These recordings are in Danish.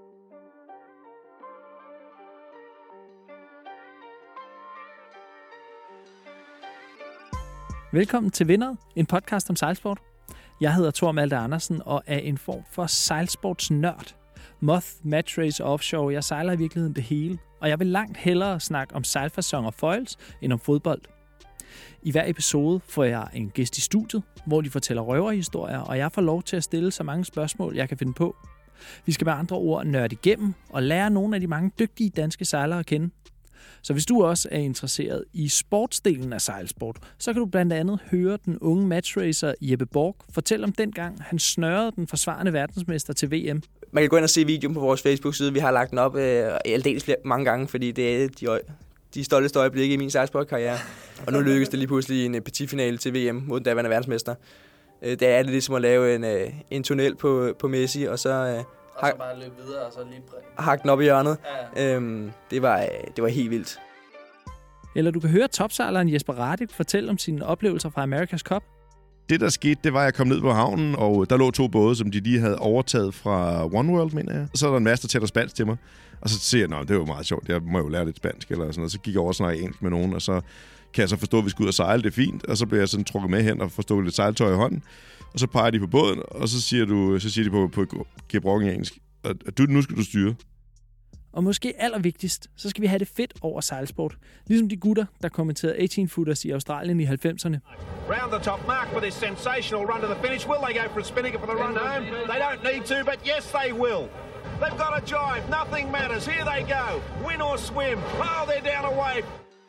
Velkommen til Vinderet, en podcast om sejlsport. Jeg hedder Thor Malte Andersen og er en form for sejlsportsnørd. Moth, match race og offshore, jeg sejler i virkeligheden det hele. Og jeg vil langt hellere snakke om sejlfacon og foils end om fodbold. I hver episode får jeg en gæst i studiet, hvor de fortæller røverhistorier, og jeg får lov til at stille så mange spørgsmål, jeg kan finde på. Vi skal med andre ord nørde igennem og lære nogle af de mange dygtige danske sejlere at kende. Så hvis du også er interesseret i sportsdelen af sejlsport, så kan du blandt andet høre den unge matchracer Jeppe Borg fortælle om dengang, han snørrede den forsvarende verdensmester til VM. Man kan gå ind og se videoen på vores Facebook-side. Vi har lagt den op aldeles mange gange, fordi det er de stolteste øjeblikke i min sejlsportkarriere. Og nu lykkedes det lige pludselig en petitfinale til VM mod den daværende verdensmester. Det er lidt ligesom at lave en tunnel på Messi, og så bare løbe videre, og så lige hakke den op i hjørnet. Ja. Det var helt vildt. Eller du kan høre topsejleren Jesper Radik fortælle om sine oplevelser fra America's Cup. Det, der skete, det var, at jeg kom ned på havnen, og der lå 2 både, som de lige havde overtaget fra One World, mener jeg. Så er der en masse, der taler spansk til mig. Og så siger jeg, det var meget sjovt, jeg må jo lære lidt spansk, eller sådan noget. Så gik jeg over og snakkede engelsk med nogen, og så kan jeg så forstå, at vi skal ud og sejle, det er fint. Og så bliver jeg sådan trukket med hen og forstår lidt sejltøj i hånden. Og så peger de på båden, og så siger de på gebrokken engelsk, nu skal du styre. Og måske allervigtigst, så skal vi have det fedt over sejlsport. Ligesom de gutter, der kommenterede 18-footers i Australien i 90'erne. Round the top mark with this sensational run to the finish. Will they go for a spinnaker for the run home? They don't need to, but yes they will. They've got a jive. Nothing matters. Here they go. Win or swim. Oh, they're down away.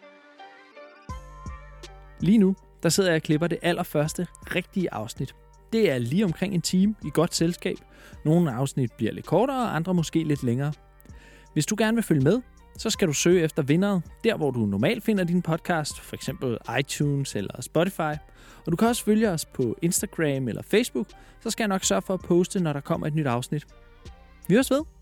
Lige nu, der sidder jeg og klipper det allerførste rigtige afsnit. Det er lige omkring en time i godt selskab. Nogle afsnit bliver lidt kortere, andre måske lidt længere. Hvis du gerne vil følge med, så skal du søge efter Vinderet, der hvor du normalt finder din podcast, f.eks. iTunes eller Spotify. Og du kan også følge os på Instagram eller Facebook, så skal jeg nok sørge for at poste, når der kommer et nyt afsnit. Vi høres ved!